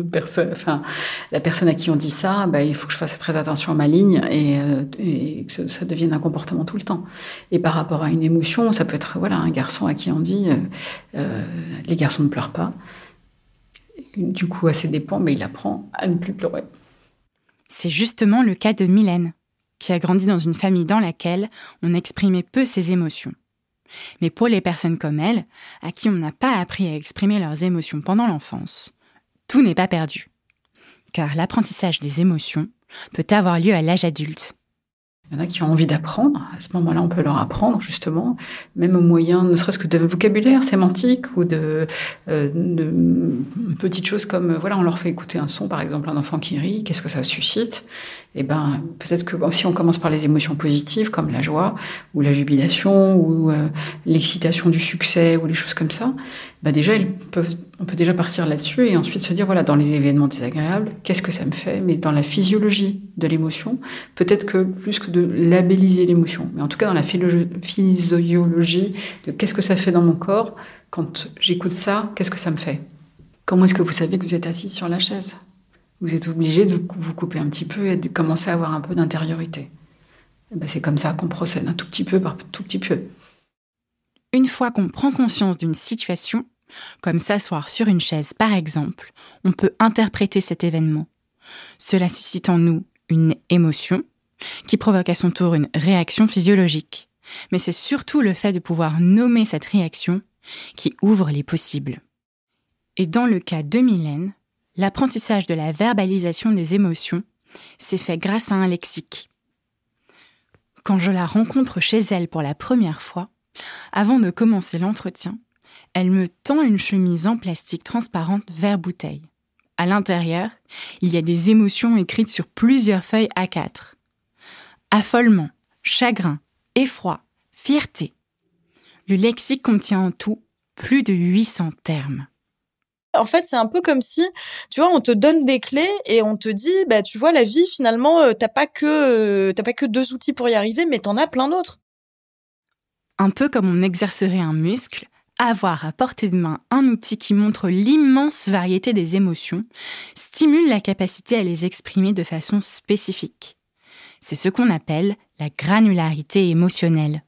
la personne à qui on dit ça, il faut que je fasse très attention à ma ligne et que ça devienne un comportement tout le temps. Et par rapport à une émotion, ça peut être un garçon à qui on dit les garçons ne pleurent pas. Du coup, à ses dépens, il apprend à ne plus pleurer. C'est justement le cas de Mylène, qui a grandi dans une famille dans laquelle on exprimait peu ses émotions. Mais pour les personnes comme elle, à qui on n'a pas appris à exprimer leurs émotions pendant l'enfance, tout n'est pas perdu. Car l'apprentissage des émotions peut avoir lieu à l'âge adulte. Il y en a qui ont envie d'apprendre. À ce moment-là, on peut leur apprendre, justement, même au moyen, ne serait-ce que de vocabulaire sémantique ou de petites choses comme, on leur fait écouter un son, par exemple, un enfant qui rit, qu'est-ce que ça suscite ? Et peut-être que si on commence par les émotions positives, comme la joie, ou la jubilation, ou l'excitation du succès, ou les choses comme ça, déjà, on peut déjà partir là-dessus et ensuite se dire, dans les événements désagréables, qu'est-ce que ça me fait ? Mais dans la physiologie de l'émotion, peut-être que plus que de labelliser l'émotion, mais en tout cas dans la physiologie de qu'est-ce que ça fait dans mon corps, quand j'écoute ça, qu'est-ce que ça me fait ? Comment est-ce que vous savez que vous êtes assise sur la chaise ? Vous êtes obligé de vous couper un petit peu et de commencer à avoir un peu d'intériorité. C'est comme ça qu'on procède, un tout petit peu par tout petit peu. Une fois qu'on prend conscience d'une situation, comme s'asseoir sur une chaise par exemple, on peut interpréter cet événement. Cela suscite en nous une émotion, qui provoque à son tour une réaction physiologique. Mais c'est surtout le fait de pouvoir nommer cette réaction qui ouvre les possibles. Et dans le cas de Mylène, l'apprentissage de la verbalisation des émotions s'est fait grâce à un lexique. Quand je la rencontre chez elle pour la première fois, avant de commencer l'entretien, elle me tend une chemise en plastique transparente vert bouteille. À l'intérieur, il y a des émotions écrites sur plusieurs feuilles A4. Affolement, chagrin, effroi, fierté. Le lexique contient en tout plus de 800 termes. En fait, c'est un peu comme si, tu vois, on te donne des clés et on te dit, tu vois, la vie, finalement, t'as pas que 2 outils pour y arriver, mais t'en as plein d'autres. Un peu comme on exercerait un muscle, avoir à portée de main un outil qui montre l'immense variété des émotions stimule la capacité à les exprimer de façon spécifique. C'est ce qu'on appelle la granularité émotionnelle.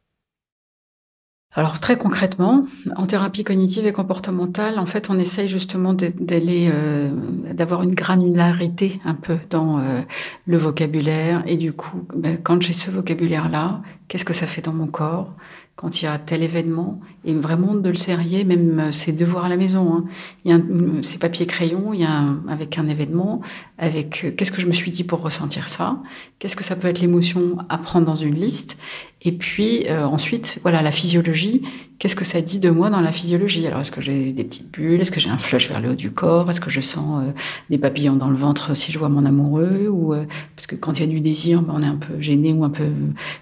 Alors très concrètement, en thérapie cognitive et comportementale, en fait, on essaye justement d'avoir une granularité un peu dans le vocabulaire. Et du coup, quand j'ai ce vocabulaire-là, qu'est-ce que ça fait dans mon corps ? Quand il y a tel événement, et vraiment de le serrer, même ses devoirs à la maison. Hein. Il y a ces papiers-crayons, avec un événement, avec qu'est-ce que je me suis dit pour ressentir ça, qu'est-ce que ça peut être l'émotion à prendre dans une liste, et puis ensuite, la physiologie, qu'est-ce que ça dit de moi dans la physiologie ? Alors, est-ce que j'ai des petites bulles ? Est-ce que j'ai un flush vers le haut du corps ? Est-ce que je sens des papillons dans le ventre si je vois mon amoureux ? Ou parce que quand il y a du désir, on est un peu gêné ou un peu,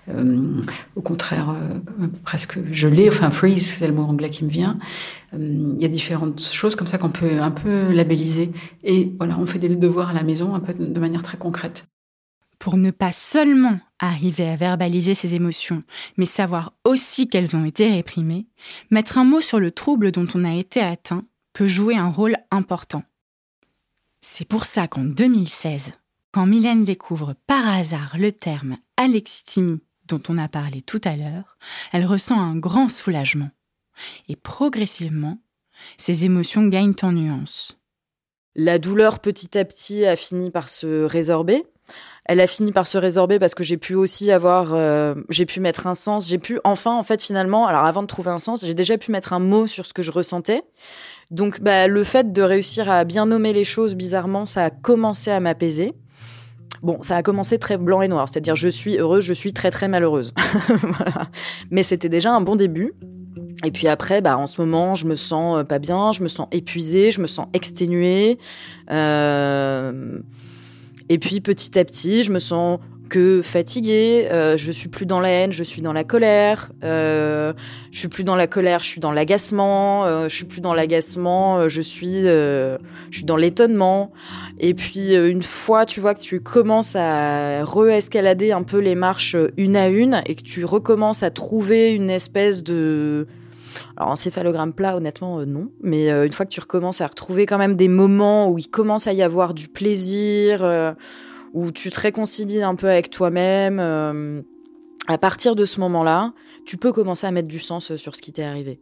au contraire, presque gelé. Enfin, freeze, c'est le mot anglais qui me vient. Il y a différentes choses comme ça qu'on peut un peu labelliser. Et on fait des devoirs à la maison un peu de manière très concrète. Pour ne pas seulement arriver à verbaliser ses émotions, mais savoir aussi qu'elles ont été réprimées, mettre un mot sur le trouble dont on a été atteint peut jouer un rôle important. C'est pour ça qu'en 2016, quand Mylène découvre par hasard le terme alexithymie dont on a parlé tout à l'heure, elle ressent un grand soulagement. Et progressivement, ses émotions gagnent en nuances. La douleur, petit à petit, a fini par se résorber. Elle a fini par se résorber parce que j'ai pu aussi j'ai pu mettre un sens. J'ai pu enfin, en fait, finalement, alors avant de trouver un sens, j'ai déjà pu mettre un mot sur ce que je ressentais. Donc, le fait de réussir à bien nommer les choses, bizarrement, ça a commencé à m'apaiser. Bon, ça a commencé très blanc et noir, c'est-à-dire je suis heureuse, je suis très très malheureuse. Voilà. Mais c'était déjà un bon début. Et puis après, en ce moment, je me sens pas bien, je me sens épuisée, je me sens exténuée. Et puis petit à petit, je me sens que fatiguée. Je suis plus dans la haine, je suis dans la colère. Je suis plus dans la colère, je suis dans l'agacement. Je suis plus dans l'agacement, je suis dans l'étonnement. Et puis une fois, tu vois que tu commences à re-escalader un peu les marches une à une et que tu recommences à trouver une espèce de... Alors, encéphalogramme plat, honnêtement, non. Mais une fois que tu recommences à retrouver quand même des moments où il commence à y avoir du plaisir, où tu te réconcilies un peu avec toi-même, à partir de ce moment-là, tu peux commencer à mettre du sens sur ce qui t'est arrivé.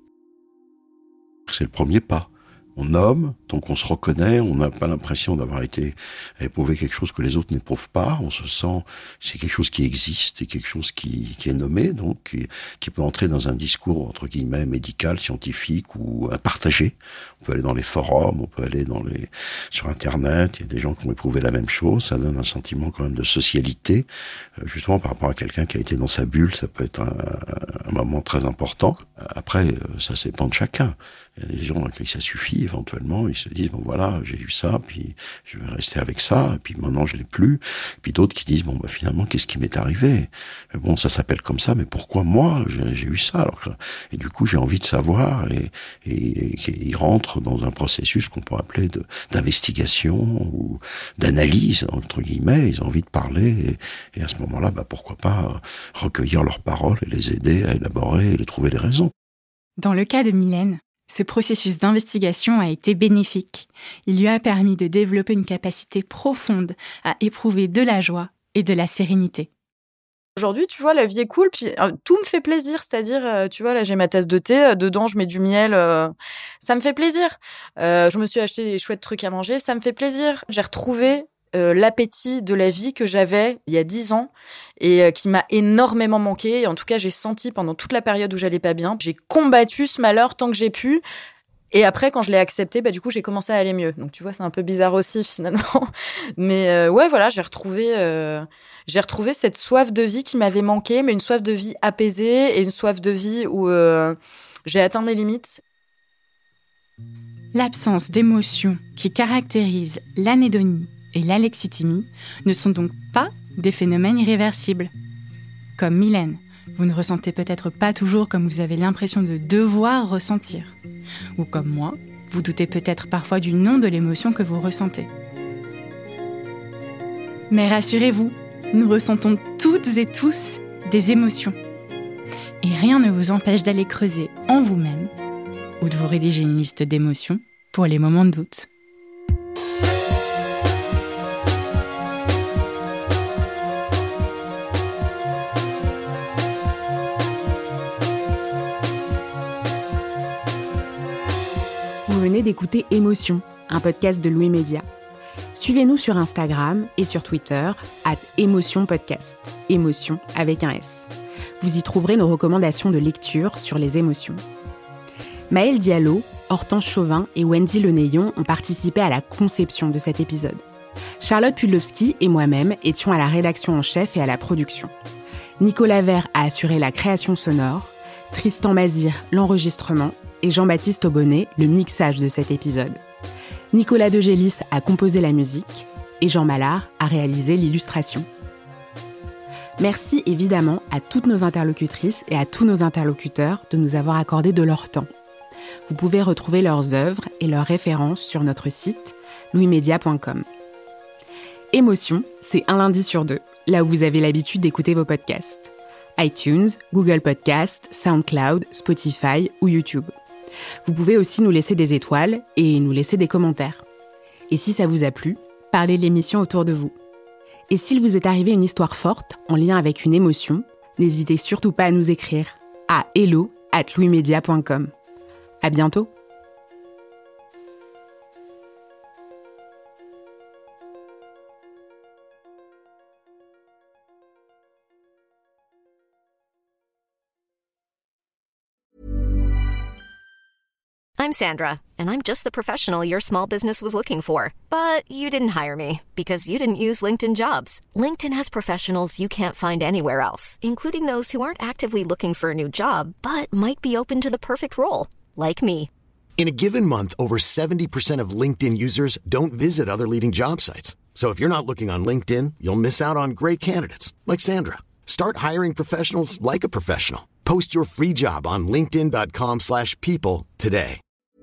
C'est le premier pas. On nomme, donc on se reconnaît, on n'a pas l'impression d'avoir été à éprouver quelque chose que les autres n'éprouvent pas, on se sent, c'est quelque chose qui existe, c'est quelque chose qui est nommé, donc qui peut entrer dans un discours entre guillemets médical, scientifique ou partagé. On peut aller dans les forums, on peut aller sur Internet, il y a des gens qui ont éprouvé la même chose, ça donne un sentiment quand même de socialité, justement par rapport à quelqu'un qui a été dans sa bulle, ça peut être un moment très important. Après, ça dépend de chacun. Il y a des gens à qui ça suffit, éventuellement, ils se disent, bon voilà, j'ai eu ça, puis je vais rester avec ça, et puis maintenant je l'ai plus. Et puis d'autres qui disent, bon finalement, qu'est-ce qui m'est arrivé? Bon, ça s'appelle comme ça, mais pourquoi moi, j'ai eu ça? Et du coup, j'ai envie de savoir, et ils rentrent dans un processus qu'on peut appeler d'investigation, ou d'analyse, entre guillemets, ils ont envie de parler, et à ce moment-là, pourquoi pas recueillir leurs paroles et les aider à élaborer et trouver les raisons. Dans le cas de Mylène, ce processus d'investigation a été bénéfique. Il lui a permis de développer une capacité profonde à éprouver de la joie et de la sérénité. Aujourd'hui, tu vois, la vie est cool, puis tout me fait plaisir. C'est-à-dire, tu vois, là, j'ai ma tasse de thé, dedans, je mets du miel, ça me fait plaisir. Je me suis acheté des chouettes trucs à manger, ça me fait plaisir. J'ai retrouvé l'appétit de la vie que j'avais il y a 10 ans et qui m'a énormément manqué. Et en tout cas, j'ai senti pendant toute la période où j'allais pas bien, j'ai combattu ce malheur tant que j'ai pu. Et après, quand je l'ai accepté, du coup, j'ai commencé à aller mieux. Donc, tu vois, c'est un peu bizarre aussi, finalement. Mais ouais, voilà, j'ai retrouvé cette soif de vie qui m'avait manqué, mais une soif de vie apaisée et une soif de vie où j'ai atteint mes limites. L'absence d'émotions qui caractérise l'anédonie et l'alexithymie ne sont donc pas des phénomènes irréversibles. Comme Mylène, vous ne ressentez peut-être pas toujours comme vous avez l'impression de devoir ressentir. Ou comme moi, vous doutez peut-être parfois du nom de l'émotion que vous ressentez. Mais rassurez-vous, nous ressentons toutes et tous des émotions. Et rien ne vous empêche d'aller creuser en vous-même ou de vous rédiger une liste d'émotions pour les moments de doute. Vous venez d'écouter Émotion, un podcast de Louis Média. Suivez-nous sur Instagram et sur Twitter @émotionpodcast. Émotion avec un S. Vous y trouverez nos recommandations de lecture sur les émotions. Maëlle Diallo, Hortense Chauvin et Wendy Lenéillon ont participé à la conception de cet épisode. Charlotte Pudlowski et moi-même étions à la rédaction en chef et à la production. Nicolas Vert a assuré la création sonore, Tristan Mazir l'enregistrement et Jean-Baptiste Aubonnet le mixage de cet épisode. Nicolas Degélis a composé la musique et Jean Mallard a réalisé l'illustration. Merci évidemment à toutes nos interlocutrices et à tous nos interlocuteurs de nous avoir accordé de leur temps. Vous pouvez retrouver leurs œuvres et leurs références sur notre site louismedia.com. Émotion, c'est un lundi sur 2, là où vous avez l'habitude d'écouter vos podcasts. iTunes, Google Podcasts, SoundCloud, Spotify ou YouTube. Vous pouvez aussi nous laisser des étoiles et nous laisser des commentaires. Et si ça vous a plu, parlez de l'émission autour de vous. Et s'il vous est arrivé une histoire forte en lien avec une émotion, N'hésitez surtout pas à nous écrire à hello@louismedia.com. À bientôt. I'm Sandra, and I'm just the professional your small business was looking for. But you didn't hire me because you didn't use LinkedIn Jobs. LinkedIn has professionals you can't find anywhere else, including those who aren't actively looking for a new job, but might be open to the perfect role, like me. In a given month, over 70% of LinkedIn users don't visit other leading job sites. So if you're not looking on LinkedIn, you'll miss out on great candidates like Sandra. Start hiring professionals like a professional. Post your free job on linkedin.com/people today.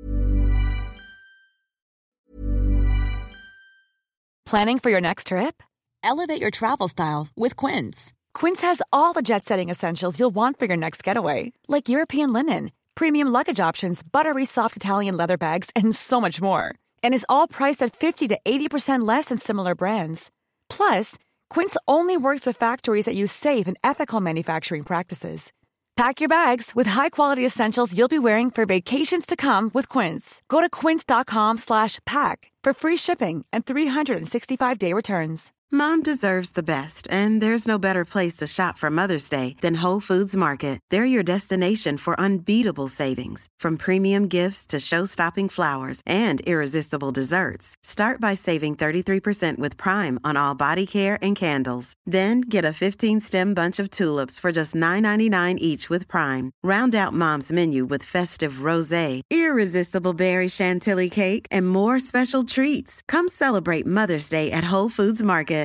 Planning for your next trip? Elevate your travel style with Quince. Quince has all the jet-setting essentials you'll want for your next getaway, like European linen, premium luggage options, buttery soft Italian leather bags, and so much more. And is all priced at 50 to 80% less than similar brands. Plus, Quince only works with factories that use safe and ethical manufacturing practices. Pack your bags with high-quality essentials you'll be wearing for vacations to come with Quince. Go to quince.com/pack for free shipping and 365-day returns. Mom deserves the best, and there's no better place to shop for Mother's Day than Whole Foods Market. They're your destination for unbeatable savings, from premium gifts to show-stopping flowers and irresistible desserts. Start by saving 33% with Prime on all body care and candles. Then get a 15-stem bunch of tulips for just $9.99 each with Prime. Round out Mom's menu with festive rosé, irresistible berry chantilly cake, and more special treats. Come celebrate Mother's Day at Whole Foods Market.